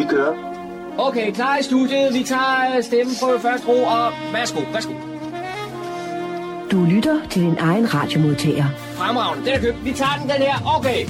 Vi kører. Okay, klar i studiet. Vi tager stemmen på første ro, og værsgo. Du lytter til din egen radiomodtager. Fremragende, den er købt. Vi tager den her. Okay.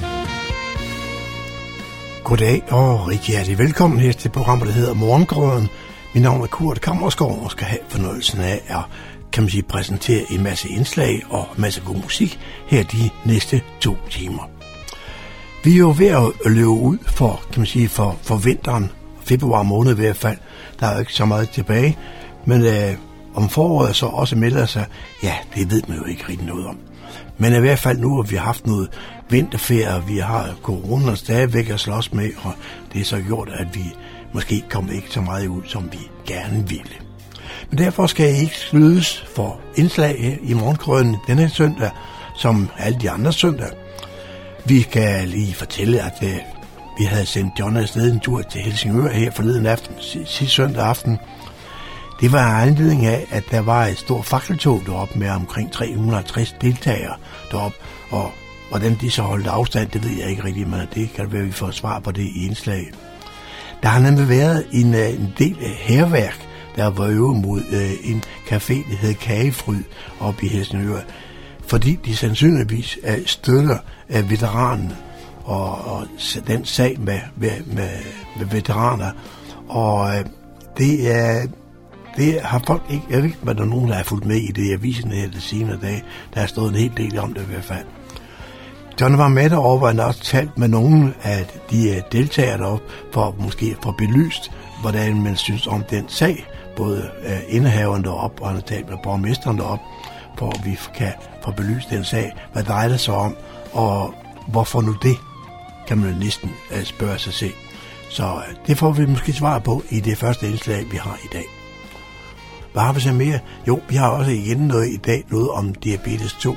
Goddag og rigtig hjertelig velkommen her til programmet, der hedder Morgengrøden. Mit navn er Kurt Kammersgaard, og skal have fornøjelsen af at, kan man sige, præsentere en masse indslag og en masse god musik her de næste 2 timer. Vi er jo ved at løbe ud for, kan man sige, for vinteren, februar måned i hvert fald. Der er jo ikke så meget tilbage, men om foråret så også melder sig, ja, det ved man jo ikke rigtig noget om. Men i hvert fald nu, at vi har haft noget vinterferie, og vi har corona stadigvæk at slås med, og det er så gjort, at vi måske kommer ikke så meget ud, som vi gerne ville. Men derfor skal jeg ikke slydes for indslag her i Morgengrøden denne søndag, som alle de andre søndage. Vi kan lige fortælle, at vi havde sendt John afsted en tur til Helsingør her forleden aften, sidste søndag aften. Det var anledning af, at der var et stort fakkeltog deroppe med omkring 350 deltagere deroppe, og hvordan de så holdt afstand, det ved jeg ikke rigtig, men det kan være, at vi får svar på det i indslag. Der har nemlig været en del hærværk, der var øvet mod en café, der hed Kagefryd oppe i Helsingør, fordi de sandsynligvis støtter veteranen og den sag med veteraner, og det har folk ikke, jeg ved ikke, hvad der er nogen, der har fulgt med i det i avisen her de senere dage. Der har stået en hel del om det i hvert fald. John var med derovre, og han har også talt med nogle af de deltagere deroppe, for måske at få belyst, hvordan man synes om den sag. Både indehaveren deroppe, og han har talt med borgmesteren deroppe, for at vi kan få belyst den sag. Hvad drejer det sig om, og hvorfor nu det, kan man næsten spørge sig selv. Så det får vi måske svar på i det første indslag, vi har i dag. Hvad har vi så mere? Jo, vi har også igen noget om diabetes 2,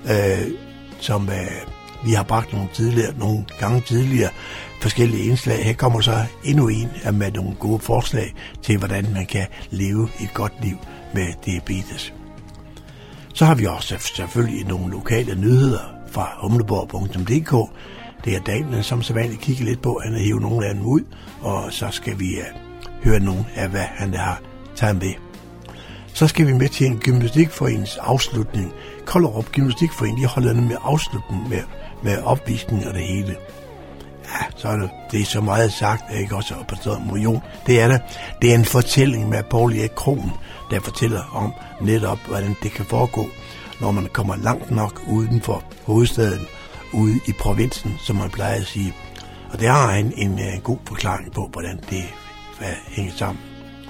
som vi har bragt nogle gange tidligere forskellige indslag. Her kommer så endnu en med nogle gode forslag til, hvordan man kan leve et godt liv med diabetes. Så har vi også selvfølgelig nogle lokale nyheder fra humleborg.dk. Det er Daniel, som så vanligt kigger lidt på. Han har hivet nogle af dem ud, og så skal vi høre nogle af, hvad han har taget med. Så skal vi med til en gymnastikforenings afslutning. Kollerup Gymnastikforening, de holder nemlig afslutning med opvisning og det hele. Ja, så er det er så meget sagt, at jeg ikke også har opstået million. Det er det. Det er en fortælling med Poul Erik Krohn, der fortæller om netop, hvordan det kan foregå, når man kommer langt nok uden for hovedstaden, ude i provinsen, som man plejer at sige. Og det har han en god forklaring på, hvordan det hænger sammen.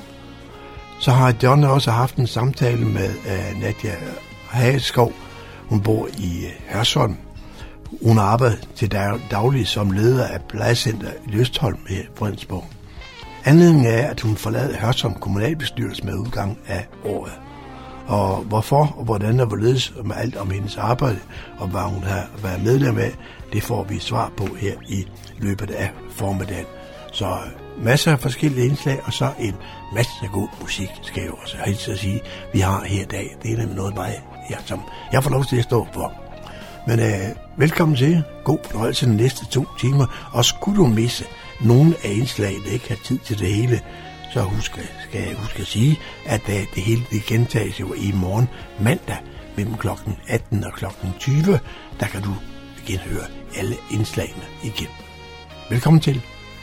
Så har John også haft en samtale med Nadia Hageskov. Hun bor i Hørsholm. Hun arbejder til daglig som leder af plejecenter i Løstholm i Fredensborg. Anledningen er, at hun forlader Hørsholm kommunalbestyrelse med udgang af året. Og hvorfor og hvordan der var ledes med alt om hendes arbejde og hvad hun har været medlem af, det får vi svar på her i løbet af formiddagen. Så masser af forskellige indslag, og så en masse god musik, skal jeg også helst at sige, vi har her i dag. Det er nemlig noget mig, som jeg får lov til at stå for. Men velkommen til. God fornøjelse de næste 2 timer. Og skulle du misse nogle af indslagene, ikke har tid til det hele, så skal jeg huske at sige, at det hele det gentages jo i morgen mandag mellem kl. 18 og kl. 20. Der kan du igen høre alle indslagene igen. Velkommen til.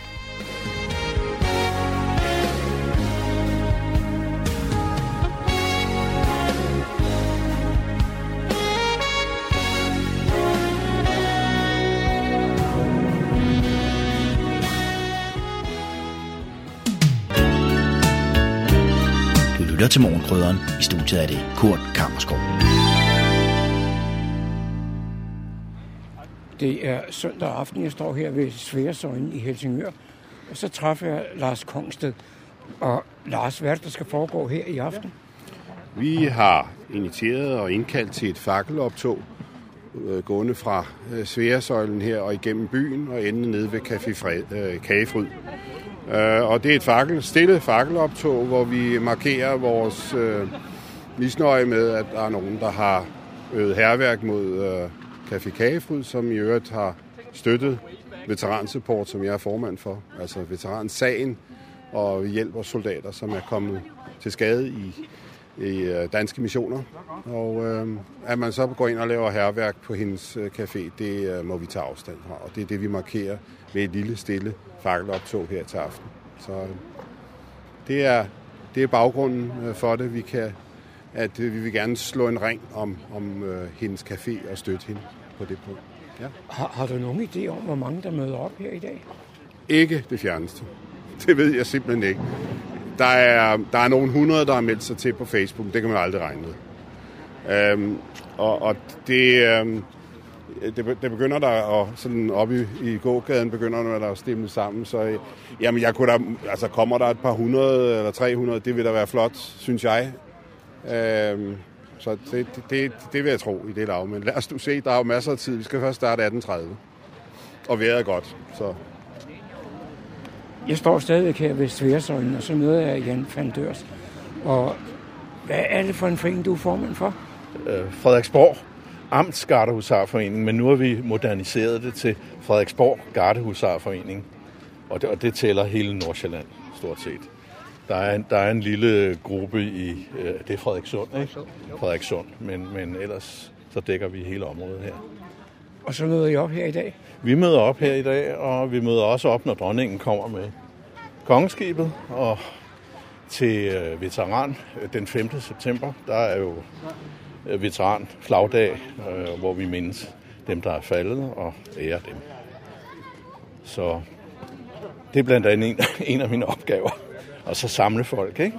Lytter til Morgenkrydderen. I studiet er det Kurt Kammersgaard. Det er søndag aften, jeg står her ved Sværesøjlen i Helsingør, og så træffer jeg Lars Kongsted. Og Lars, hvad er det, der skal foregå her i aften? Vi har initieret og indkaldt til et fakkeloptog, gående fra Sværesøjlen her og igennem byen og ende nede ved Kagefryd. Og det er et stille fakkeloptog, hvor vi markerer vores misnøje med, at der er nogen, der har øvet hærværk mod Café Kagefryd, som i øvrigt har støttet veteransupport, som jeg er formand for, altså veteransagen, og vi hjælper soldater, som er kommet til skade i danske missioner. Og at man så går ind og laver hærværk på hendes café, det må vi tage afstand fra, og det er det, vi markerer med et lille, stille fakkeloptog her til aften. Så det er baggrunden for det. Vi vil gerne slå en ring om hendes café og støtte hende på det punkt. Ja. Har du nogen idé om, hvor mange der møder op her i dag? Ikke det fjerneste. Det ved jeg simpelthen ikke. Der er nogle 100, der har meldt sig til på Facebook. Det kan man aldrig regne med. Og det begynder der, og sådan oppe i gågaden begynder der at stemme sammen. Så jamen, jeg kunne da, altså kommer der et par 100 eller 300, det vil da være flot, synes jeg. Så det vil jeg tro i det lav. Men lad os nu se, der er jo masser af tid. Vi skal først starte 18.30. Og vejret er godt, så... Jeg står stadigvæk her ved Sværesøjlen, og så møder jeg Jan van Dørs. Og hvad er det for en forening, du er formand for? Frederiksborg Amtsgardehusarforening, men nu har vi moderniseret det til Frederiksborg Gardehusarforening. Og det tæller hele Nordsjælland, stort set. Der er en lille gruppe i, det er Frederikssund, ikke? Frederikssund, men ellers så dækker vi hele området her. Og så møder I op her i dag? Vi møder op her i dag, og vi møder også op, når dronningen kommer med kongeskibet. Og til veteran den 5. september, der er jo veteranflagdag, hvor vi mindes dem, der er faldet, og ærer dem. Så det er blandt andet en af mine opgaver. Og så samle folk, ikke?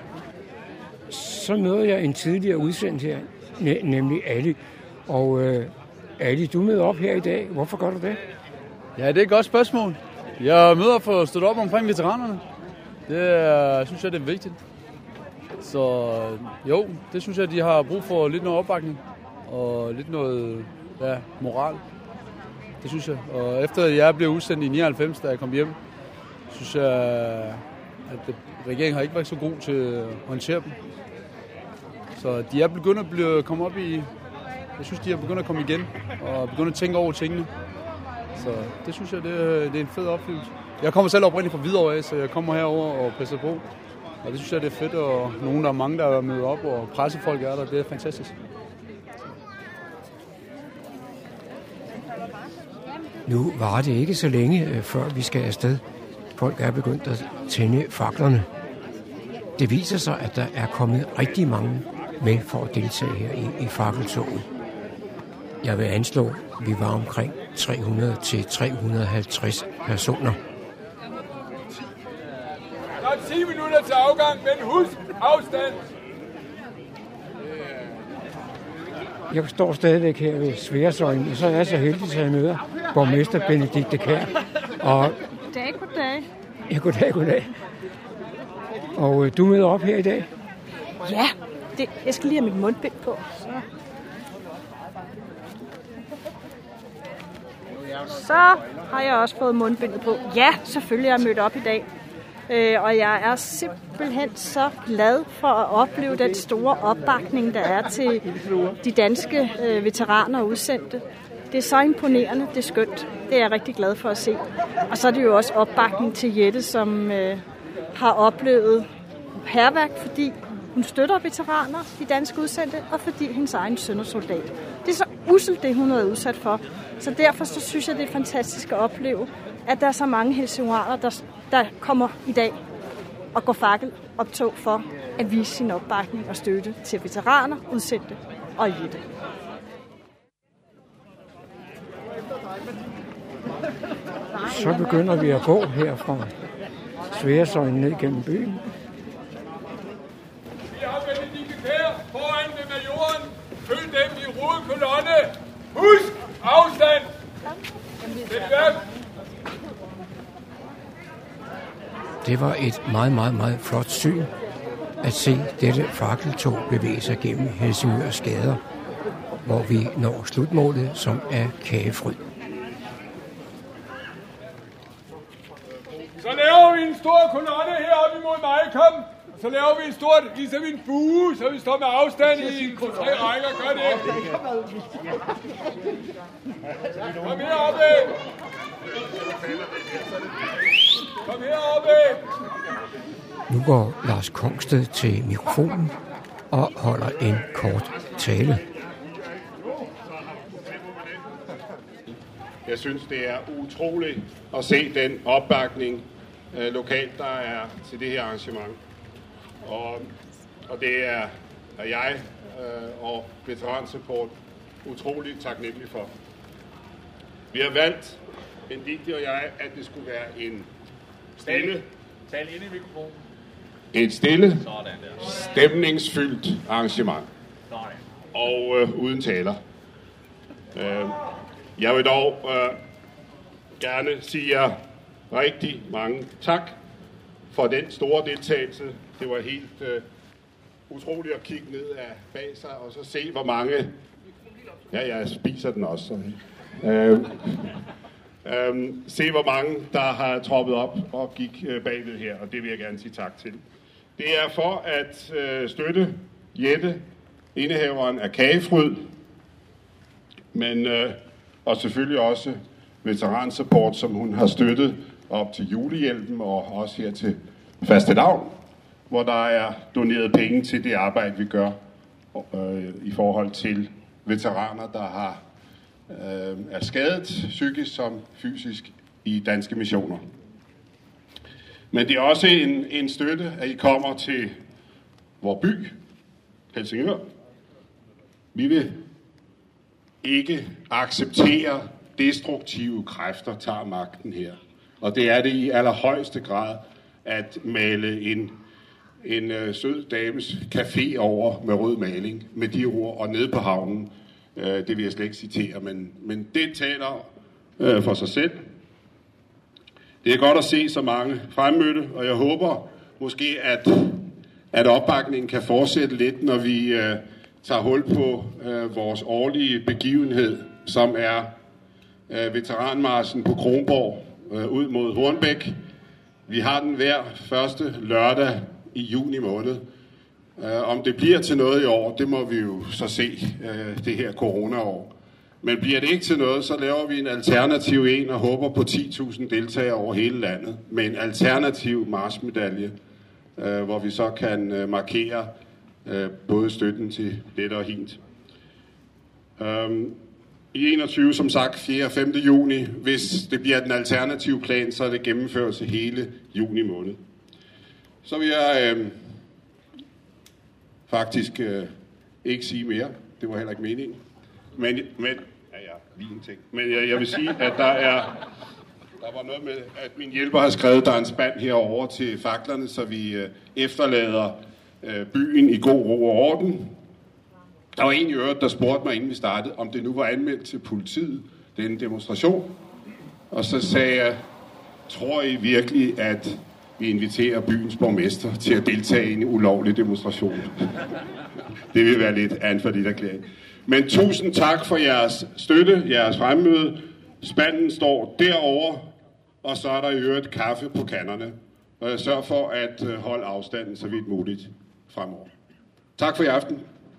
Så møder jeg en tidligere udsendt her, nemlig Ali. Og Ali, du møder op her i dag. Hvorfor gør du det? Ja, det er et godt spørgsmål. Jeg møder for at støtte op omkring veteranerne. Det synes jeg, det er vigtigt. Så jo, det synes jeg, de har brug for lidt noget opbakning. Og lidt noget moral. Det synes jeg. Og efter jeg blev udsendt i 99, da jeg kom hjem, synes jeg, at regeringen har ikke været så god til at håndtere dem. Så de er begyndt at komme op i... Jeg synes, de er begyndt at komme igen og begyndt at tænke over tingene. Så det synes jeg, det er en fed oplevelse. Jeg kommer selv oprindeligt fra Hvidovre af, så jeg kommer herover og passer på. Og det synes jeg, det er fedt, og nogen, der er mange, der er mødt op, og pressefolk er der. Det er fantastisk. Nu var det ikke så længe, før vi skal afsted. Folk er begyndt at tænde faklerne. Det viser sig, at der er kommet rigtig mange med for at deltage her i fakkeltoget. Jeg vil anslå, at vi var omkring 300 til 350 personer. Der er 10 minutter til afgang, men husk afstand! Jeg står stadigvæk her ved Sværesøjlen, og så er jeg så heldig, at jeg møder borgmester Benedikte Kjær. Og Goddag. Ja, goddag. Og du møder op her i dag? Ja, jeg skal lige have mit mundbind på. Så har jeg også fået mundbindet på. Ja, selvfølgelig er jeg mødt op i dag. Og jeg er simpelthen så glad for at opleve den store opbakning, der er til de danske veteraner og udsendte. Det er så imponerende, det er skønt. Det er jeg rigtig glad for at se. Og så er det jo også opbakning til Jette, som har oplevet hærværk, fordi hun støtter veteraner, de danske udsendte, og fordi hendes egen søn er soldat. Det er så usselt, det hun er udsat for. Så derfor så synes jeg, det er fantastisk at opleve, at der er så mange helsingøraner, der kommer i dag og går fakkeloptog for at vise sin opbakning og støtte til veteraner, udsendte og Jette. Så begynder vi at gå her fra Sværesøjlen ned gennem byen. Vi har Benedikte Kjær foran ved majoren. Følg dem i rodekolonne. Husk afstand! Det var et meget, meget, meget flot syn at se dette fakkeltog bevæge sig gennem Helsingørs gader, hvor vi når slutmålet, som er Kagefryd. Så laver vi en stor kolonne heroppe imod Majkom. Så laver vi en stort, ligesom en bue, så vi står med afstand i 3 rækker. Gør det. Kom heroppe. Nu går Lars Kongsted til mikrofonen og holder en kort tale. Jeg synes, det er utroligt at se den opbakning lokalt, der er til det her arrangement. Og det er jeg og Veteransupport utroligt taknemmelig for. Vi har valgt, Benedikte og jeg, at det skulle være en stille, Tal ind i mikrofonen. et stille, stemningsfyldt arrangement. Og uden taler. Jeg vil dog gerne sige jer rigtig mange tak for den store deltagelse. Det var helt utroligt at kigge ned af bag sig og så se, hvor mange... Ja, jeg spiser den også. Se, hvor mange, der har troppet op og gik bagved her, og det vil jeg gerne sige tak til. Det er for at støtte Jette, indehaveren af Kagefryd, men og selvfølgelig også Veteransupport, som hun har støttet op til julehjælpen og også her til fastelavn, hvor der er doneret penge til det arbejde, vi gør i forhold til veteraner, der er skadet psykisk som fysisk i danske missioner. Men det er også en støtte, at I kommer til vores by, Helsingør. Vi vil ikke acceptere destruktive kræfter tager magten her. Og det er det i allerhøjeste grad at male en sød dames café over med rød maling med de ord og nede på havnen. Det vil jeg slet ikke citere, men det taler for sig selv. Det er godt at se så mange fremmødte, og jeg håber måske, at opbakningen kan fortsætte lidt, når vi tager hul på vores årlige begivenhed, som er veteranmarchen på Kronborg ud mod Hornbæk. Vi har den hver første lørdag i juni måned. Om det bliver til noget i år, det må vi jo så se det her coronaår. Men bliver det ikke til noget, så laver vi en alternativ en og håber på 10.000 deltagere over hele landet med en alternativ marchmedalje, hvor vi så kan markere både støtten til dette og hint. I 21, som sagt, 4. og 5. juni, hvis det bliver den alternative plan, så er det gennemførelse hele juni måned. Så vil jeg faktisk ikke sige mere. Det var heller ikke meningen. Men jeg vil sige, at der var noget med, at min hjælper har skrevet, der er en spand herover til faklerne, så vi efterlader byen i god ro og orden. Der var en i øvrigt, der spurgte mig, inden vi startede, om det nu var anmeldt til politiet, den demonstration. Og så sagde jeg, tror I virkelig, at vi inviterer byens borgmester til at deltage i en ulovlig demonstration? Det vil være lidt an for dit erklæring. Men tusind tak for jeres støtte, jeres fremmøde. Spanden står derovre, og så er der i øvrigt kaffe på kanderne. Og jeg sørger for at holde afstanden så vidt muligt fremover. Tak for i aften.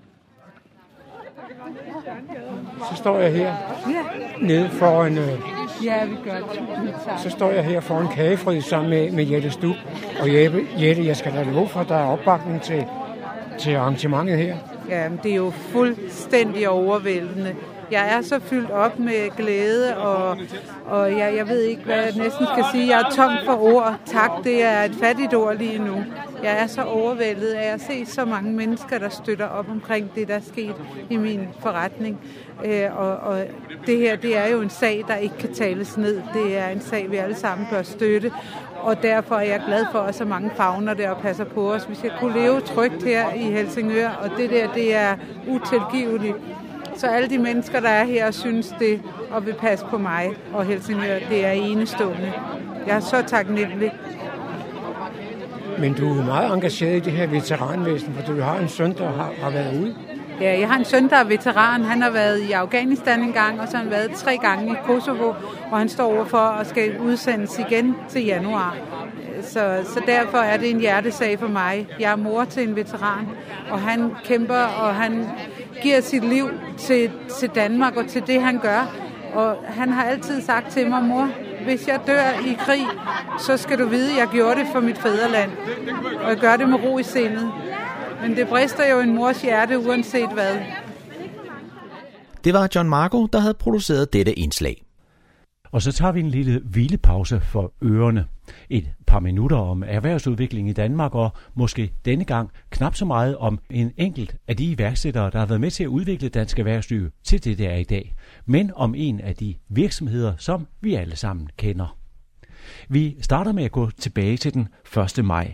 Så står jeg her nede foran... Ja, vi gør det. Så står jeg her foran Kagefryd sammen med Jette Stub. Og Jette, jeg skal da love for, at der er opbakning til arrangementet her. Ja, det er jo fuldstændig overvældende. Jeg er så fyldt op med glæde, og jeg ved ikke, hvad jeg næsten skal sige. Jeg er tom for ord. Tak, det er et fattigt ord lige nu. Jeg er så overvældet af at se så mange mennesker, der støtter op omkring det, der er sket i min forretning. Og det her, det er jo en sag, der ikke kan tales ned. Det er en sag, vi alle sammen bør støtte. Og derfor er jeg glad for, at så mange favner der og passer på os. Vi skal kunne leve trygt her i Helsingør, og det er utilgiveligt. Så alle de mennesker, der er her, synes det og vil passe på mig og Helsingør, det er enestående. Jeg er så taknemmelig. Men du er meget engageret i det her veteranvæsen, for du har en søn, der har været ude. Ja, jeg har en søn, der er veteran. Han har været i Afghanistan en gang, og så har han været 3 gange i Kosovo, og han står overfor at skal udsendes igen til januar. Så derfor er det en hjertesag for mig. Jeg er mor til en veteran, og han kæmper, og han giver sit liv til Danmark og til det, han gør. Og han har altid sagt til mig, mor, hvis jeg dør i krig, så skal du vide, at jeg gjorde det for mit fædreland. Og jeg gør det med ro i sindet. Men det brister jo en mors hjerte, uanset hvad. Det var John Marco, der havde produceret dette indslag. Og så tager vi en lille hvilepause for ørerne. Et par minutter om erhvervsudvikling i Danmark, og måske denne gang knap så meget om en enkelt af de iværksættere, der har været med til at udvikle dansk erhvervsliv til det, der er i dag. Men om en af de virksomheder, som vi alle sammen kender. Vi starter med at gå tilbage til den 1. maj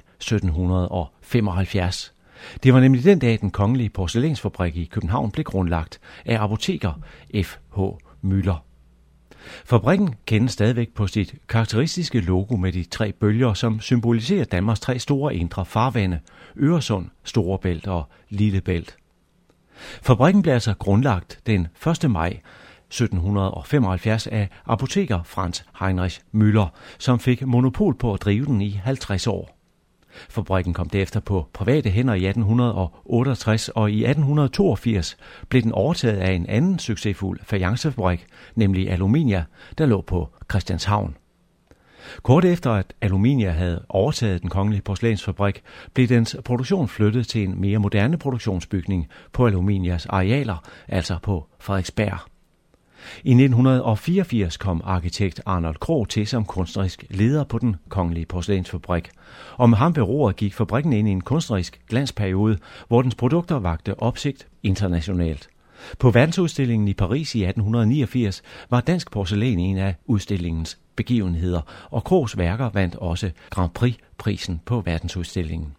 1775. Det var nemlig den dag, den kongelige porcelænsfabrik i København blev grundlagt af apoteker F.H. Müller. Fabrikken kendes stadigvæk på sit karakteristiske logo med de 3 bølger, som symboliserer Danmarks 3 store indre farvande, Øresund, Storebælt og Lillebælt. Fabrikken blev altså grundlagt den 1. maj 1775 af apoteker Franz Heinrich Müller, som fik monopol på at drive den i 50 år. Fabrikken kom derefter på private hænder i 1868, og i 1882 blev den overtaget af en anden succesfuld fajancefabrik, nemlig Aluminia, der lå på Christianshavn. Kort efter at Aluminia havde overtaget den kongelige porcelænsfabrik, blev dens produktion flyttet til en mere moderne produktionsbygning på Aluminias arealer, altså på Frederiksberg. I 1984 kom arkitekt Arnold Krog til som kunstnerisk leder på den kongelige porcelænsfabrik, og med ham ved roret gik fabrikken ind i en kunstnerisk glansperiode, hvor dens produkter vakte opsigt internationalt. På verdensudstillingen i Paris i 1889 var dansk porcelæn en af udstillingens begivenheder, og Krogs værker vandt også Grand Prix-prisen på verdensudstillingen.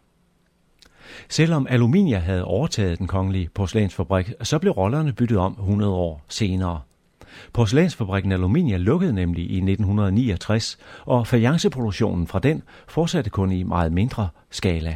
Selvom Aluminia havde overtaget den kongelige porcelænsfabrik, så blev rollerne byttet om 100 år senere. Porcelænsfabrikken Aluminia lukkede nemlig i 1969, og fajanceproduktionen fra den fortsatte kun i meget mindre skala.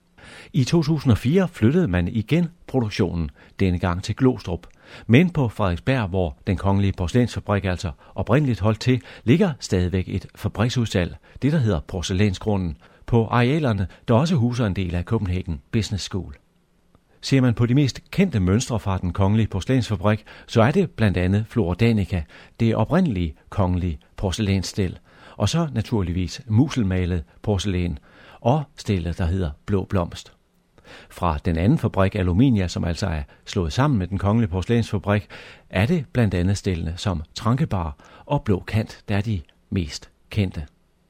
I 2004 flyttede man igen produktionen, denne gang til Glostrup. Men på Frederiksberg, hvor den kongelige porcelænsfabrik altså oprindeligt holdt til, ligger stadigvæk et fabriksudsalg, det der hedder Porcelænsgrunden, på arealerne, der også huser en del af Copenhagen Business School. Ser man på de mest kendte mønstre fra den kongelige porcelænsfabrik, så er det blandt andet Flora Danica, det oprindelige kongelige porcelænsstel, og så naturligvis muselmalet porcelæn og stillet, der hedder Blå Blomst. Fra den anden fabrik, Aluminia, som altså er slået sammen med den kongelige porcelænsfabrik, er det blandt andet stillene som Trankebar og Blå Kant, der er de mest kendte.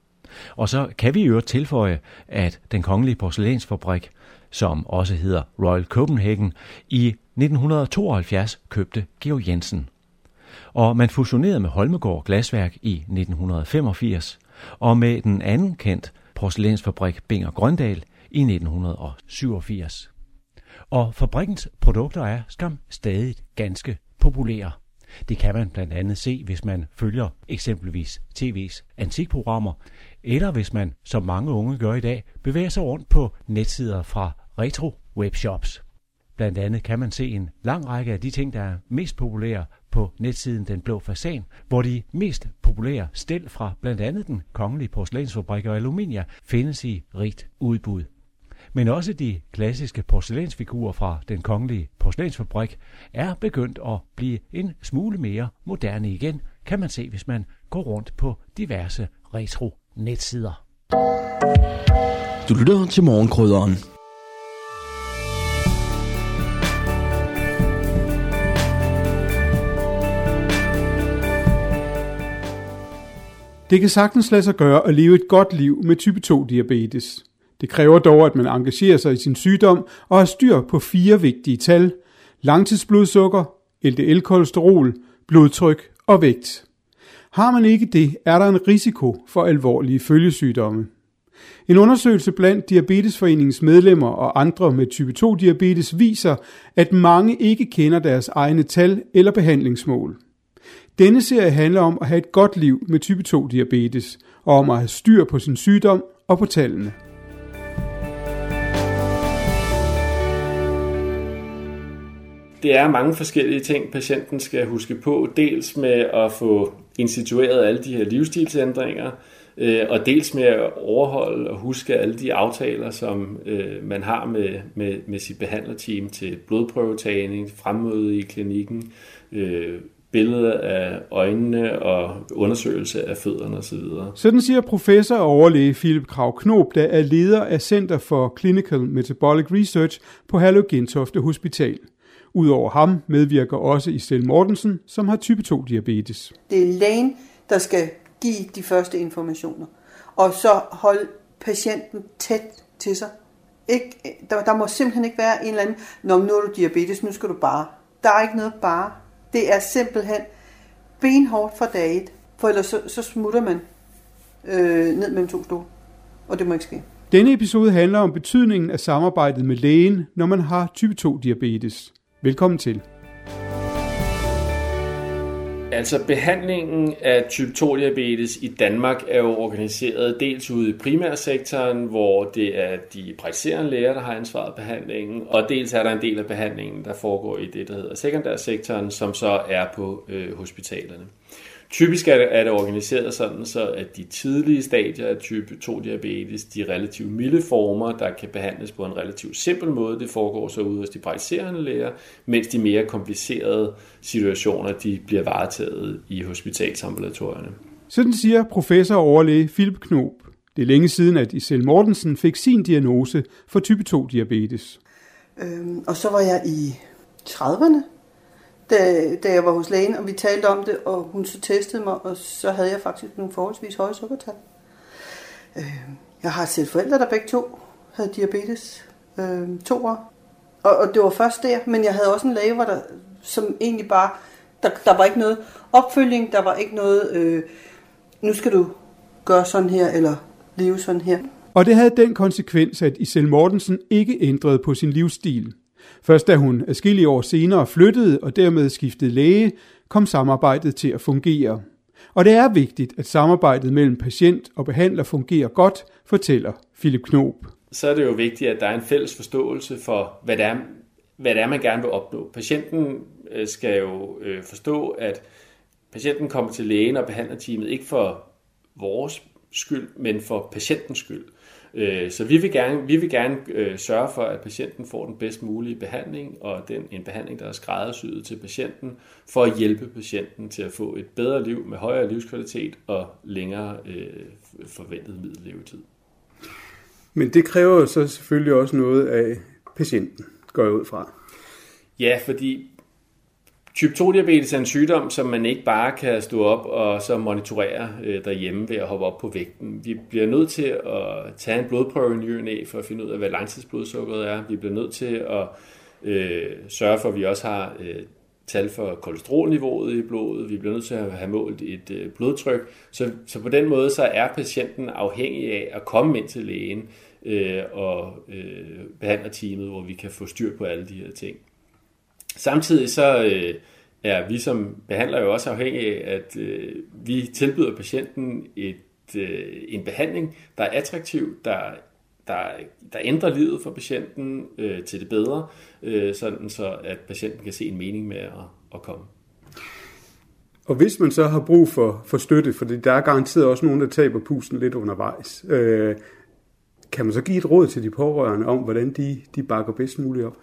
Og så kan vi jo tilføje, at den kongelige porcelænsfabrik, som også hedder Royal Copenhagen, i 1972 købte Georg Jensen. Og man fusionerede med Holmegaard Glasværk i 1985, og med den anden kendt porcelænsfabrik Binger Grøndal i 1987. Og fabrikkens produkter er skam stadig ganske populære. Det kan man blandt andet se, hvis man følger eksempelvis TV's antikprogrammer, eller hvis man, som mange unge gør i dag, bevæger sig rundt på netsider fra retro-webshops. Blandt andet kan man se en lang række af de ting, der er mest populære på netsiden Den Blå Fasan, hvor de mest populære stel fra blandt andet den kongelige porcelænsfabrik og Aluminia findes i rigt udbud. Men også de klassiske porcelænsfigurer fra den kongelige porcelænsfabrik er begyndt at blive en smule mere moderne igen, kan man se, hvis man går rundt på diverse retro-netsider. Du lytter til Morgenkrydderen. Det kan sagtens lade sig gøre at leve et godt liv med type 2-diabetes. Det kræver dog, at man engagerer sig i sin sygdom og har styr på 4 vigtige tal: langtidsblodsukker, LDL-kolesterol, blodtryk og vægt. Har man ikke det, er der en risiko for alvorlige følgesygdomme. En undersøgelse blandt Diabetesforeningens medlemmer og andre med type 2-diabetes viser, at mange ikke kender deres egne tal eller behandlingsmål. Denne serie handler om at have et godt liv med type 2-diabetes og om at have styr på sin sygdom og på tallene. Det er mange forskellige ting, patienten skal huske på. Dels med at få institueret alle de her livsstilsændringer, og dels med at overholde og huske alle de aftaler, som man har med sit behandlerteam til blodprøvetagning, fremmøde i klinikken, billeder af øjnene og undersøgelse af fødderne osv. Sådan siger professor og overlæge Philip Krag Knob, der er leder af Center for Clinical Metabolic Research på Herlev Gentofte Hospital. Udover ham medvirker også Isel Mortensen, som har type 2-diabetes. Det er lægen, der skal give de første informationer, og så holde patienten tæt til sig. Der må simpelthen ikke være en eller anden, nu er du diabetes, nu skal du bare. Der er ikke noget bare. Det er simpelthen benhårdt fra dag et, for ellers så smutter man ned mellem to stole, og det må ikke ske. Denne episode handler om betydningen af samarbejdet med lægen, når man har type 2-diabetes. Velkommen til. Altså behandlingen af type 2-diabetes i Danmark er jo organiseret dels ude i primærsektoren, hvor det er de praktiserende læger, der har ansvaret for behandlingen, og dels er der en del af behandlingen, der foregår i det, der hedder sekundærsektoren, som så er på hospitalerne. Typisk er det organiseret sådan, så at de tidlige stadier af type 2-diabetes, de relativt milde former, der kan behandles på en relativt simpel måde, det foregår så ude hos de praktiserende læger, mens de mere komplicerede situationer, de bliver varetaget i hospitalsambulatorierne. Sådan siger professor og overlæge Philip Knob. Det er længe siden, at Isel Mortensen fik sin diagnose for type 2-diabetes. Og så var jeg i 30'erne. Da jeg var hos lægen, og vi talte om det, og hun så testede mig, og så havde jeg faktisk nogle forholdsvis høje sukkertal. Jeg har selv forældre, der begge to havde diabetes 2 år. Og det var først der, men jeg havde også en læge, som egentlig bare, der var ikke noget opfølging, der var ikke noget, nu skal du gøre sådan her, eller leve sådan her. Og det havde den konsekvens, at Isel Mortensen ikke ændrede på sin livsstil. Først da hun adskillige år senere flyttede og dermed skiftede læge, kom samarbejdet til at fungere. Og det er vigtigt, at samarbejdet mellem patient og behandler fungerer godt, fortæller Philip Knob. Så er det jo vigtigt, at der er en fælles forståelse for, hvad det er man gerne vil opnå. Patienten skal jo forstå, at patienten kommer til lægen og behandlerteamet ikke for vores skyld, men for patientens skyld. Så vi vil gerne sørge for, at patienten får den bedst mulige behandling, og en behandling, der er skræddersyet til patienten, for at hjælpe patienten til at få et bedre liv med højere livskvalitet og længere forventet middellevetid. Men det kræver jo så selvfølgelig også noget af patienten, går jeg ud fra. Ja, fordi type 2-diabetes er en sygdom, som man ikke bare kan stå op og så monitorere derhjemme ved at hoppe op på vægten. Vi bliver nødt til at tage en blodprøve i ny og næ for at finde ud af, hvad langtidsblodsukkeret er. Vi bliver nødt til at sørge for, at vi også har tal for kolesterolniveauet i blodet. Vi bliver nødt til at have målt et blodtryk. Så på den måde så er patienten afhængig af at komme ind til lægen og behandlerteamet, hvor vi kan få styr på alle de her ting. Samtidig så er vi som behandlere jo også afhængige af, at vi tilbyder patienten en behandling, der er attraktiv, der ændrer livet for patienten til det bedre, sådan så at patienten kan se en mening med at komme. Og hvis man så har brug for støtte, for der er garanteret også nogen, der taber pusten lidt undervejs, kan man så give et råd til de pårørende om, hvordan de bakker bedst muligt op?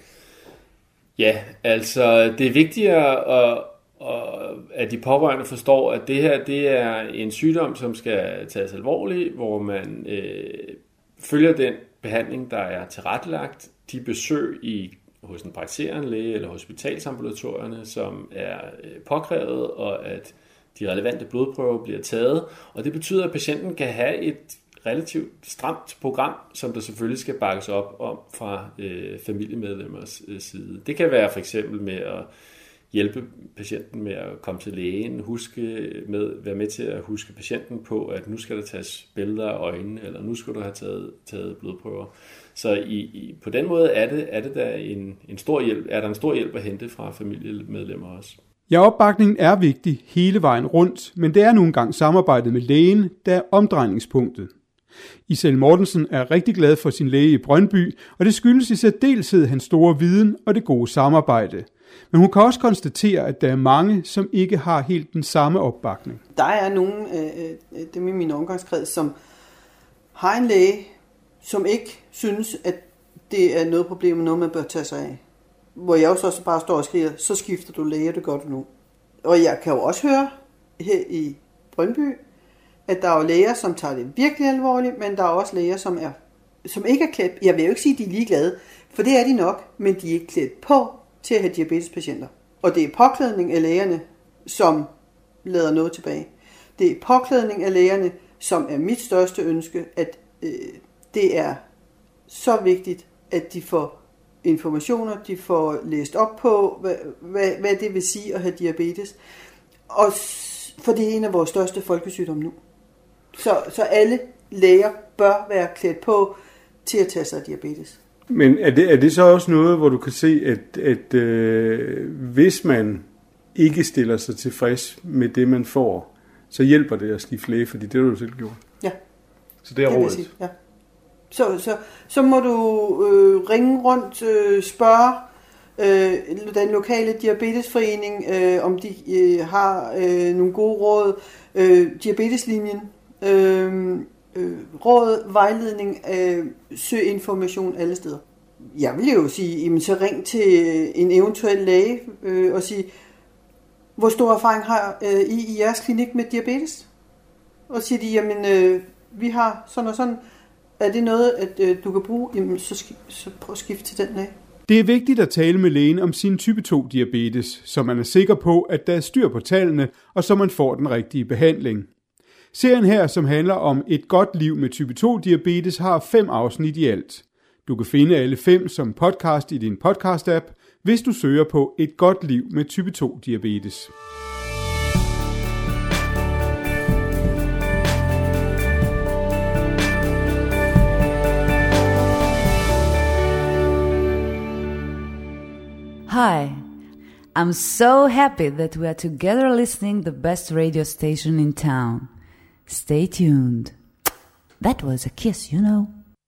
Ja, altså det er vigtigere, at de pårørende forstår, at det her det er en sygdom, som skal tages alvorligt, hvor man følger den behandling, der er tilrettelagt, de besøg hos en praktiserende læge eller hospitalsambulatorierne, som er påkrævet, og at de relevante blodprøver bliver taget. Og det betyder, at patienten kan have et relativt stramt program, som der selvfølgelig skal bakkes op om fra familiemedlemmers side. Det kan være for eksempel med at hjælpe patienten med at komme til lægen, være med til at huske patienten på, at nu skal der tages billeder af øjnene, eller nu skal du have taget blodprøver. Så på den måde er det der en stor hjælp, er der en stor hjælp at hente fra familiemedlemmer også. Ja, opbakningen er vigtig hele vejen rundt, men det er nogle gange samarbejdet med lægen, der er omdrejningspunktet. Isel Mortensen er rigtig glad for sin læge i Brøndby, og det skyldes i særdeleshed hans store viden og det gode samarbejde. Men hun kan også konstatere, at der er mange, som ikke har helt den samme opbakning. Der er nogen, dem i min omgangskreds, som har en læge, som ikke synes, at det er noget problem, noget man bør tage sig af. Hvor jeg også bare står og skriger, så skifter du læge, det gør du nu. Og jeg kan jo også høre her i Brøndby, at der er jo læger, som tager det virkelig alvorligt, men der er også læger, som ikke er klædt. Jeg vil jo ikke sige, at de er ligeglade, for det er de nok, men de er ikke klædt på til at have diabetespatienter. Og det er påklædning af lægerne, som lader noget tilbage. Det er påklædning af lægerne, som er mit største ønske, at det er så vigtigt, at de får informationer, de får læst op på, hvad det vil sige at have diabetes. Og for det er en af vores største folkesygdomme nu. Så alle læger bør være klædt på til at tage sig af diabetes. Men er det så også noget, hvor du kan se, at hvis man ikke stiller sig tilfreds med det, man får, så hjælper det at skifte læge, fordi det har du selv gjort? Ja. Så det er rådet? Ja. Så må du ringe rundt, spørge den lokale diabetesforening, om de har nogle gode råd, diabeteslinjen, råd, vejledning, søg information alle steder. Jeg vil jo sige, jamen, så ring til en eventuel læge og sige, hvor stor erfaring har I jeres klinik med diabetes? Og siger de, jamen vi har sådan og sådan. Er det noget, at du kan bruge? Jamen, så prøv at skifte til den læge. Det er vigtigt at tale med lægen om sin type 2-diabetes, så man er sikker på, at der er styr på tallene, og så man får den rigtige behandling. Serien her, som handler om et godt liv med type 2-diabetes, har 5 afsnit i alt. Du kan finde alle 5 som podcast i din podcast-app, hvis du søger på et godt liv med type 2-diabetes. Hi, I'm so happy that we are together listening the best radio station in town. Stay tuned. That was a kiss, you know.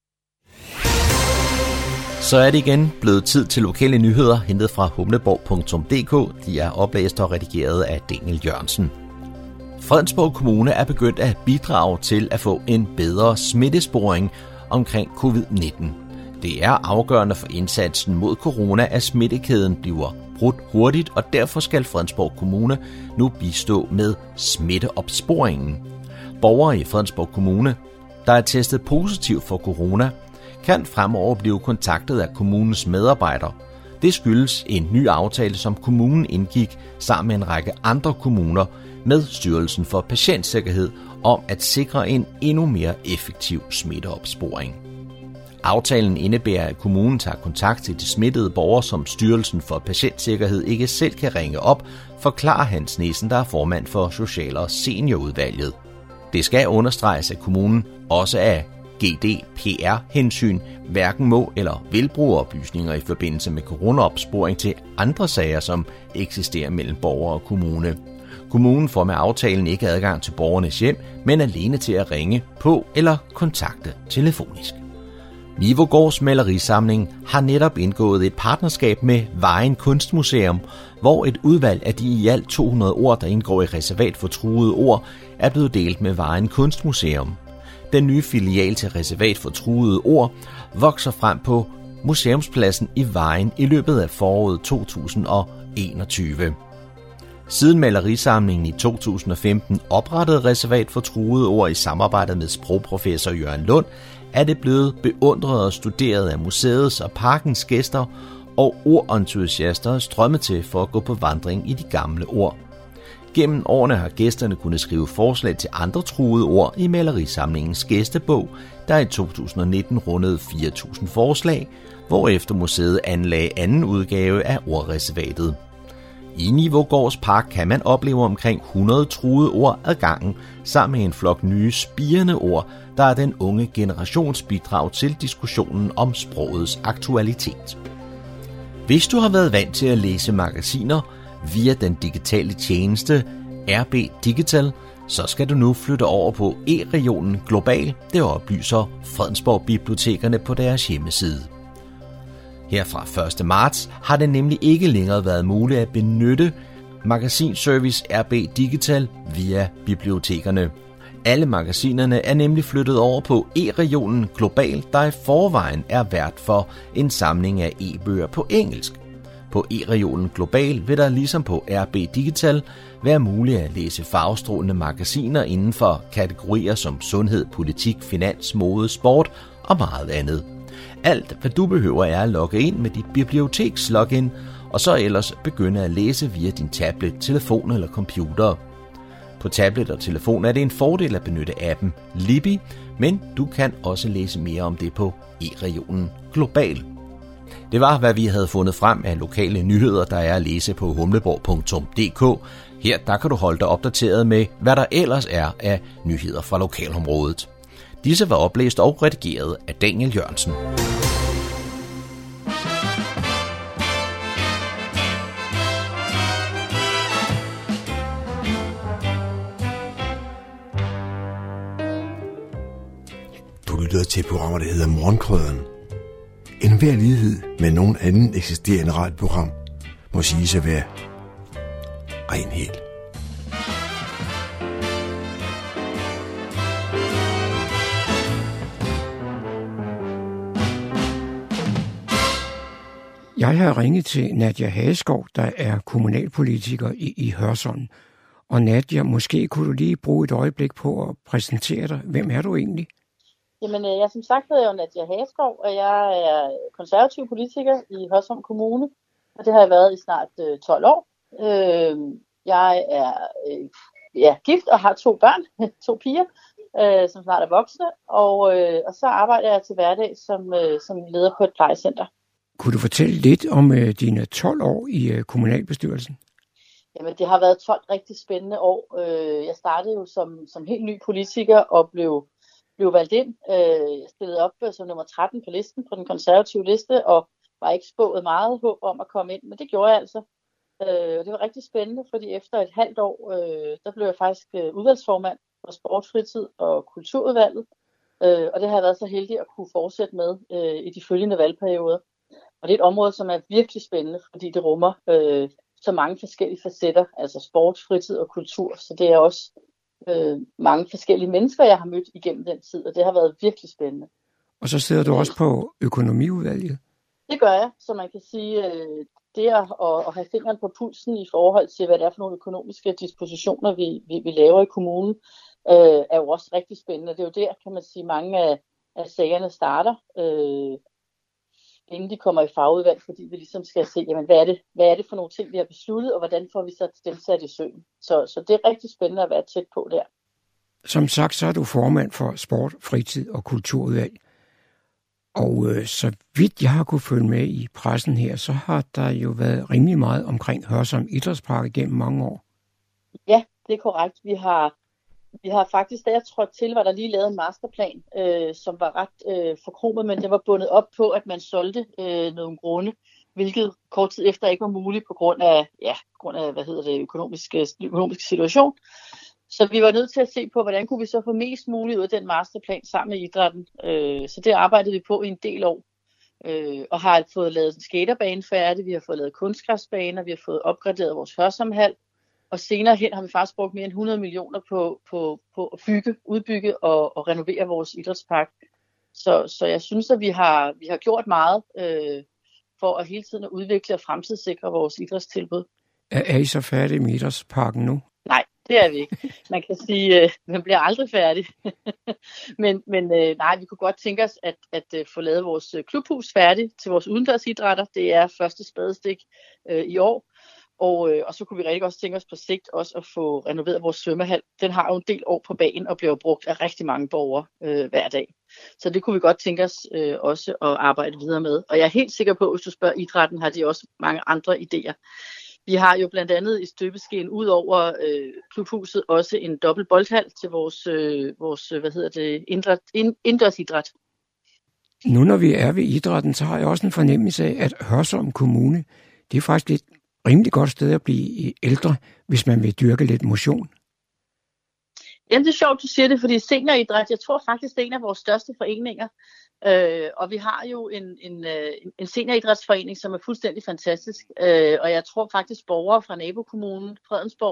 Så er det igen blevet tid til lokale nyheder, hentet fra humleborg.dk. De er oplæst og redigeret af Daniel Jørgensen. Fredensborg Kommune er begyndt at bidrage til at få en bedre smittesporing omkring covid-19. Det er afgørende for indsatsen mod corona, at smittekæden bliver brudt hurtigt, og derfor skal Fredensborg Kommune nu bistå med smitteopsporingen. Borgere i Fredensborg Kommune, der er testet positivt for corona, kan fremover blive kontaktet af kommunens medarbejdere. Det skyldes en ny aftale, som kommunen indgik sammen med en række andre kommuner med Styrelsen for Patientsikkerhed om at sikre en endnu mere effektiv smitteopsporing. Aftalen indebærer, at kommunen tager kontakt til de smittede borgere, som Styrelsen for Patientsikkerhed ikke selv kan ringe op, forklarer Hans Nielsen, der er formand for Social- og Seniorudvalget. Det skal understreges, at kommunen også af GDPR-hensyn hverken må eller vil bruge oplysninger i forbindelse med coronaopsporing til andre sager, som eksisterer mellem borgere og kommune. Kommunen får med aftalen ikke adgang til borgernes hjem, men alene til at ringe på eller kontakte telefonisk. Nivogårds malerisamling har netop indgået et partnerskab med Vejen Kunstmuseum, hvor et udvalg af de i alt 200 ord, der indgår i reservat for truede ord, er blevet delt med Vejen Kunstmuseum. Den nye filial til reservat for truede ord vokser frem på Museumspladsen i Vejen i løbet af foråret 2021. Siden malerisamlingen i 2015 oprettede reservat for truede ord i samarbejde med sprogprofessor Jørgen Lund, er det blevet beundret og studeret af museets og parkens gæster, og ordentusiaster strømmet til for at gå på vandring i de gamle ord. Gennem årene har gæsterne kunnet skrive forslag til andre truede ord i malerisamlingens gæstebog, der i 2019 rundede 4.000 forslag, hvorefter museet anlagde anden udgave af ordreservatet. I Nivogårds Park kan man opleve omkring 100 truede ord ad gangen, sammen med en flok nye spirende ord, der er den unge generations bidrag til diskussionen om sprogets aktualitet. Hvis du har været vant til at læse magasiner via den digitale tjeneste RB Digital, så skal du nu flytte over på e-regionen Global, det oplyser Fredensborg Bibliotekerne på deres hjemmeside. Her fra 1. marts har det nemlig ikke længere været muligt at benytte magasinservice RB Digital via bibliotekerne. Alle magasinerne er nemlig flyttet over på e-regionen Global, der i forvejen er vært for en samling af e-bøger på engelsk. På e-regionen Global vil der ligesom på RB Digital være muligt at læse farvestrålende magasiner inden for kategorier som sundhed, politik, finans, mode, sport og meget andet. Alt, hvad du behøver, er at logge ind med dit biblioteks-login, og så ellers begynde at læse via din tablet, telefon eller computer. På tablet og telefon er det en fordel at benytte appen Libby, men du kan også læse mere om det på e-regionen Global. Det var, hvad vi havde fundet frem af lokale nyheder, der er at læse på humleborg.dk. Her der kan du holde dig opdateret med, hvad der ellers er af nyheder fra lokalområdet. Disse var oplæst og redigeret af Daniel Jørgensen. Du lytter til programmer, der hedder Morgenkrøderen. En hver lighed med nogen anden eksisterende radioprogram må siges at være ren helt. Jeg har ringet til Nadia Hageskov, der er kommunalpolitiker i Hørsholm. Og Nadia, måske kunne du lige bruge et øjeblik på at præsentere dig. Hvem er du egentlig? Jamen, jeg som sagt hedder jo Nadia Hageskov, og jeg er konservativ politiker i Hørsholm Kommune, og det har jeg været i snart 12 år. Jeg er gift og har 2 børn, 2 piger, som snart er voksne, og så arbejder jeg til hverdag som leder på et plejecenter. Kunne du fortælle lidt om dine 12 år i kommunalbestyrelsen? Jamen, det har været 12 rigtig spændende år. Jeg startede jo som helt ny politiker og blev valgt ind. Jeg stillede op som nummer 13 på listen, på den konservative liste, og var ikke spået meget håb om at komme ind, men det gjorde jeg altså. Og det var rigtig spændende, fordi efter et halvt år, der blev jeg faktisk udvalgsformand for sport, fritid og kulturudvalget. Og det har jeg været så heldig at kunne fortsætte med i de følgende valgperioder. Og det er et område, som er virkelig spændende, fordi det rummer så mange forskellige facetter, altså sport, fritid og kultur. Så det er også mange forskellige mennesker, jeg har mødt igennem den tid, og det har været virkelig spændende. Og så sidder du også på økonomiudvalget? Det gør jeg, så man kan sige, det at have fingeren på pulsen i forhold til, hvad det er for nogle økonomiske dispositioner, vi laver i kommunen, er jo også rigtig spændende. Det er jo der, kan man sige, mange af sagerne starter, inden de kommer i fagudvalg, fordi vi ligesom skal se, jamen, hvad er det for nogle ting, vi har besluttet, og hvordan får vi så dem sat i søen. Så det er rigtig spændende at være tæt på der. Som sagt, så er du formand for sport, fritid og kulturudvalg. Og så vidt jeg har kunne følge med i pressen her, så har der jo været rimelig meget omkring Hørsholm Idrætspark gennem mange år. Ja, det er korrekt. Vi har faktisk, da jeg trådte til, var der lige lavet en masterplan, som var ret forkromet, men det var bundet op på, at man solgte nogle grunde, hvilket kort tid efter ikke var muligt på grund af økonomiske situation. Så vi var nødt til at se på, hvordan kunne vi så få mest muligt ud af den masterplan sammen med idrætten. Så det arbejdede vi på i en del år, og har fået lavet en skaterbane færdig, vi har fået lavet kunstgræsbaner, vi har fået opgraderet vores Hørsholmhal, og senere hen har vi faktisk brugt mere end 100 millioner på at udbygge og renovere vores idrætspark. Så jeg synes, at vi har gjort meget for at hele tiden at udvikle og fremtidssikre vores idrætstilbud. Er I så færdige med idrætsparken nu? Nej, det er vi ikke. Man kan sige, at den bliver aldrig færdig. men nej, vi kunne godt tænke os at få lavet vores klubhus færdigt til vores udendørsidrætter. Det er første spadestik i år. Og så kunne vi rigtig godt tænke os på sigt også at få renoveret vores svømmehal. Den har jo en del år på bagen og bliver brugt af rigtig mange borgere hver dag. Så det kunne vi godt tænke os også at arbejde videre med. Og jeg er helt sikker på, at hvis du spørger idrætten, har de også mange andre idéer. Vi har jo blandt andet i støbeskeen ud over klubhuset også en dobbelt boldhal til vores indendørsidræt. Nu når vi er ved idrætten, så har jeg også en fornemmelse af, at Hørsholm Kommune, det er faktisk et rimelig godt sted at blive ældre, hvis man vil dyrke lidt motion. Jamen, det er sjovt, du siger det, fordi senioridræt, jeg tror faktisk, det er en af vores største foreninger. Og vi har jo en senioridrætsforening, som er fuldstændig fantastisk. Og jeg tror faktisk, borgere fra nabokommunen Fredensborg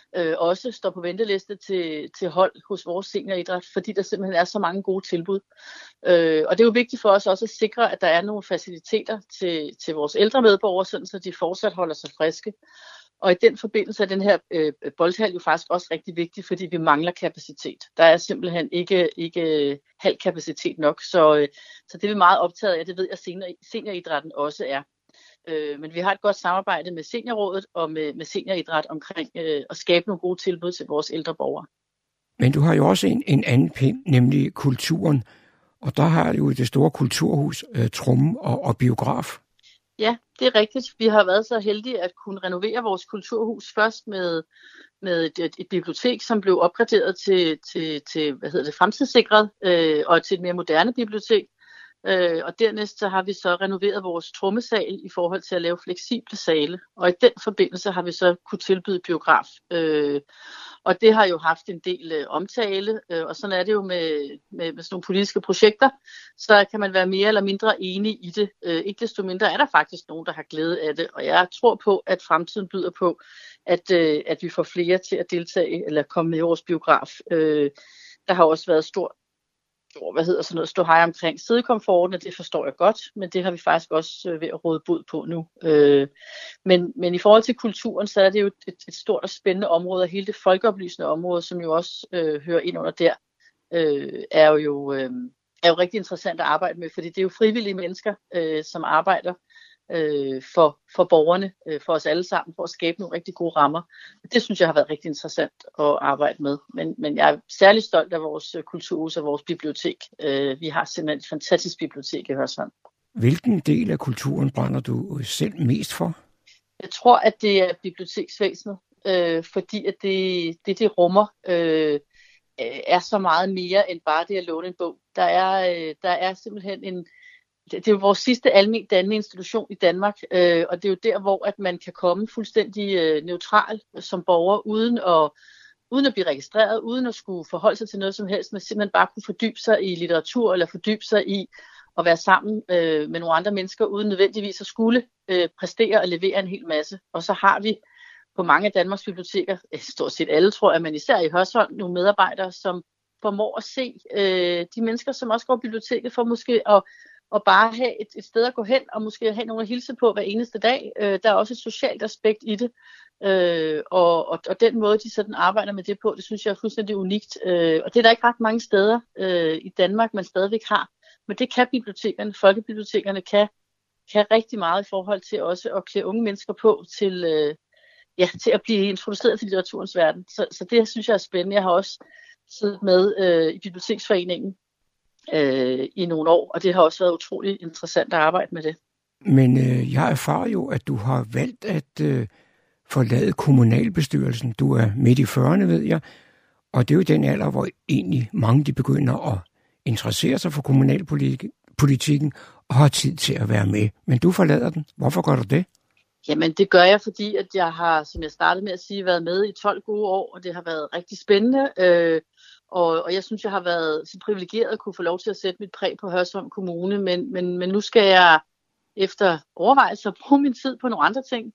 også står på venteliste til hold hos vores senioridræt, fordi der simpelthen er så mange gode tilbud. Og det er jo vigtigt for os også at sikre, at der er nogle faciliteter til vores ældre medborgere, sådan så de fortsat holder sig friske. Og i den forbindelse er den her boldhal jo faktisk også rigtig vigtig, fordi vi mangler kapacitet. Der er simpelthen ikke halv kapacitet nok, så det er vi meget optaget af. Det ved jeg, senioridrætten også er. Men vi har et godt samarbejde med Seniorrådet og med senioridræt omkring at skabe nogle gode tilbud til vores ældre borgere. Men du har jo også en anden pind, nemlig kulturen. Og der har du jo det store kulturhus, tromme og biograf. Ja, det er rigtigt. Vi har været så heldige at kunne renovere vores kulturhus først med et bibliotek, som blev opgraderet til fremtidssikret og til et mere moderne bibliotek. Og dernæst så har vi så renoveret vores trommesal i forhold til at lave fleksible sale. Og i den forbindelse har vi så kunne tilbyde biograf. Og det har jo haft en del omtale, og sådan er det jo med sådan nogle politiske projekter. Så kan man være mere eller mindre enig i det. Ikke desto mindre er der faktisk nogen, der har glæde af det. Og jeg tror på, at fremtiden byder på, at vi får flere til at deltage eller komme med i vores biograf. Der har også været ståhej omkring sidekomforten, og det forstår jeg godt, men det har vi faktisk også ved at råde bod på nu. Men i forhold til kulturen, så er det jo et stort og spændende område, og hele det folkeoplysende område, som jo også hører ind under der, er jo rigtig interessant at arbejde med, fordi det er jo frivillige mennesker, som arbejder for borgerne, for os alle sammen, for at skabe nogle rigtig gode rammer. Det synes jeg har været rigtig interessant at arbejde med. Men jeg er særlig stolt af vores kulturhus og vores bibliotek. Vi har simpelthen et fantastisk bibliotek i Hørsholm. Hvilken del af kulturen brænder du selv mest for? Jeg tror, at det er biblioteksvæsenet, fordi at det rummer er så meget mere end bare det at låne en bog. Der er simpelthen det er jo vores sidste alment dannende institution i Danmark, og det er jo der, hvor at man kan komme fuldstændig neutral som borger, uden at blive registreret, uden at skulle forholde sig til noget som helst, men simpelthen bare kunne fordybe sig i litteratur, eller fordybe sig i at være sammen med nogle andre mennesker, uden nødvendigvis at skulle præstere og levere en hel masse. Og så har vi på mange af Danmarks biblioteker, stort set alle tror jeg, men især i Hørsholm, nogle medarbejdere, som formår at se de mennesker, som også går på biblioteket, for måske at bare have et sted at gå hen, og måske have nogen at hilse på hver eneste dag. Der er også et socialt aspekt i det, og den måde, de sådan arbejder med det på, det synes jeg er fuldstændig unikt. Og det er der ikke ret mange steder i Danmark, man stadigvæk har. Men det kan bibliotekerne, folkebibliotekerne kan rigtig meget i forhold til også at klæde unge mennesker på til at blive introduceret til litteraturens verden. Så det synes jeg er spændende. Jeg har også siddet med i Biblioteksforeningen i nogle år, og det har også været utrolig interessant at arbejde med det. Men jeg erfarer jo, at du har valgt at forlade kommunalbestyrelsen. Du er midt i 40'erne, ved jeg, og det er jo den alder, hvor egentlig mange de begynder at interessere sig for kommunalpolitikken og har tid til at være med. Men du forlader den. Hvorfor gør du det? Jamen det gør jeg, fordi at jeg har, som jeg startede med at sige, været med i 12 gode år, og det har været rigtig spændende. Og jeg synes, jeg har været så privilegeret at kunne få lov til at sætte mit præg på Hørsholm Kommune, men nu skal jeg efter overvejelser bruge min tid på nogle andre ting.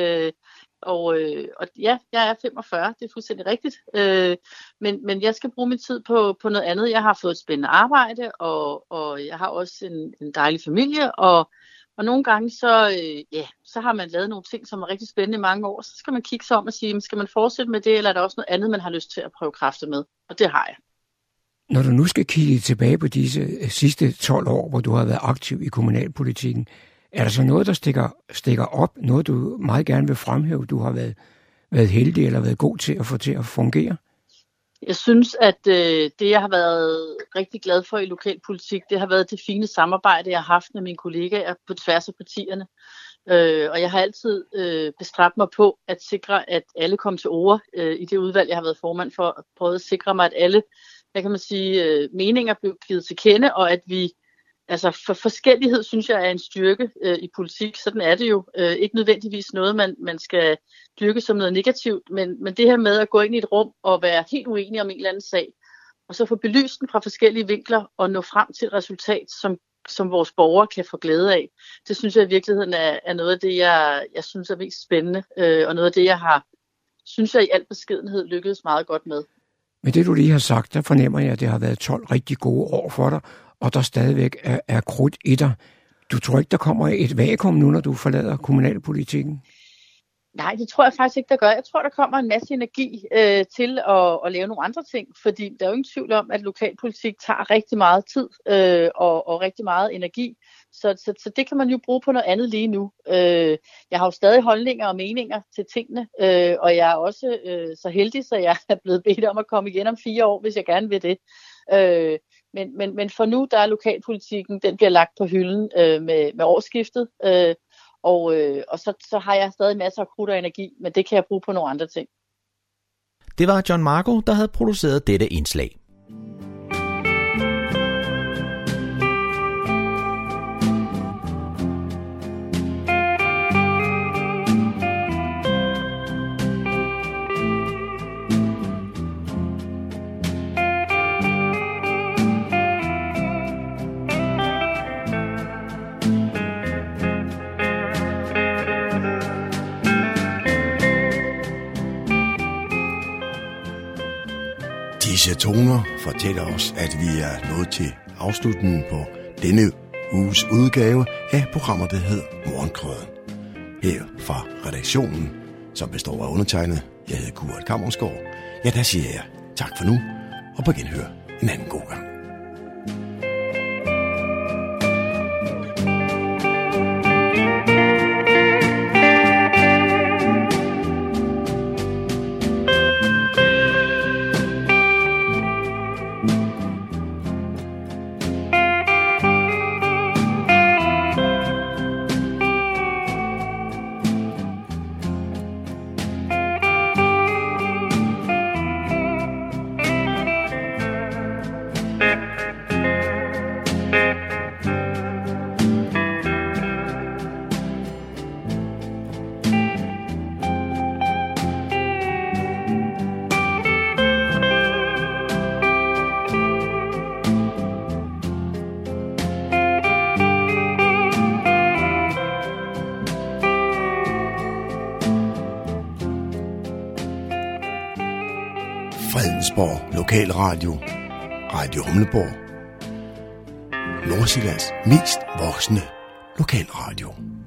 Og ja, jeg er 45, det er fuldstændig rigtigt. Men jeg skal bruge min tid på noget andet. Jeg har fået et spændende arbejde, og jeg har også en dejlig familie, og nogle gange så har man lavet nogle ting, som er rigtig spændende i mange år. Så skal man kigge sig om og sige, skal man fortsætte med det, eller er der også noget andet, man har lyst til at prøve kræfter med? Og det har jeg. Når du nu skal kigge tilbage på disse sidste 12 år, hvor du har været aktiv i kommunalpolitikken, er der så noget, der stikker op? Noget, du meget gerne vil fremhæve, du har været heldig eller været god til at få til at fungere? Jeg synes, at det, jeg har været rigtig glad for i lokalpolitik, det har været det fine samarbejde, jeg har haft med mine kollegaer på tværs af partierne. Og jeg har altid bestræbt mig på at sikre, at alle kom til orde i det udvalg, jeg har været formand for, og prøvet at sikre mig, at alle, meninger blev givet til kende, og at vi, for forskellighed, synes jeg, er en styrke i politik. Sådan er det jo. Ikke nødvendigvis noget, man skal dyrke som noget negativt, men det her med at gå ind i et rum og være helt uenig om en eller anden sag, og så få belyst den fra forskellige vinkler og nå frem til et resultat, som vores borgere kan få glæde af. Det synes jeg i virkeligheden er noget af det, jeg synes er mest spændende, og noget af det, jeg har synes jeg i al beskedenhed lykkedes meget godt med. Men det du lige har sagt, der fornemmer jeg, at det har været 12 rigtig gode år for dig, og der stadigvæk er krudt i dig. Du tror ikke, der kommer et vakuum nu, når du forlader kommunalpolitikken? Nej, det tror jeg faktisk ikke, der gør. Jeg tror, der kommer en masse energi til at lave nogle andre ting, fordi der er jo ingen tvivl om, at lokalpolitik tager rigtig meget tid og rigtig meget energi. Så det kan man jo bruge på noget andet lige nu. Jeg har jo stadig holdninger og meninger til tingene, og jeg er også så heldig, så jeg er blevet bedt om at komme igen om 4 år, hvis jeg gerne vil det. Men for nu, der er lokalpolitikken, den bliver lagt på hylden med årsskiftet, og så har jeg stadig masser af krudt og energi, men det kan jeg bruge på nogle andre ting. Det var John Marco, der havde produceret dette indslag. Disse toner fortæller os, at vi er nået til afslutningen på denne uges udgave af programmet, der hedder Morgenkrøden. Her fra redaktionen, som består af undertegnet, jeg hedder Kurt Kammersgaard. Ja, der siger jeg tak for nu, og på genhør en anden god gang. Fredensborg Lokalradio, Radio Humleborg, Nordsjællands mest voksne lokalradio.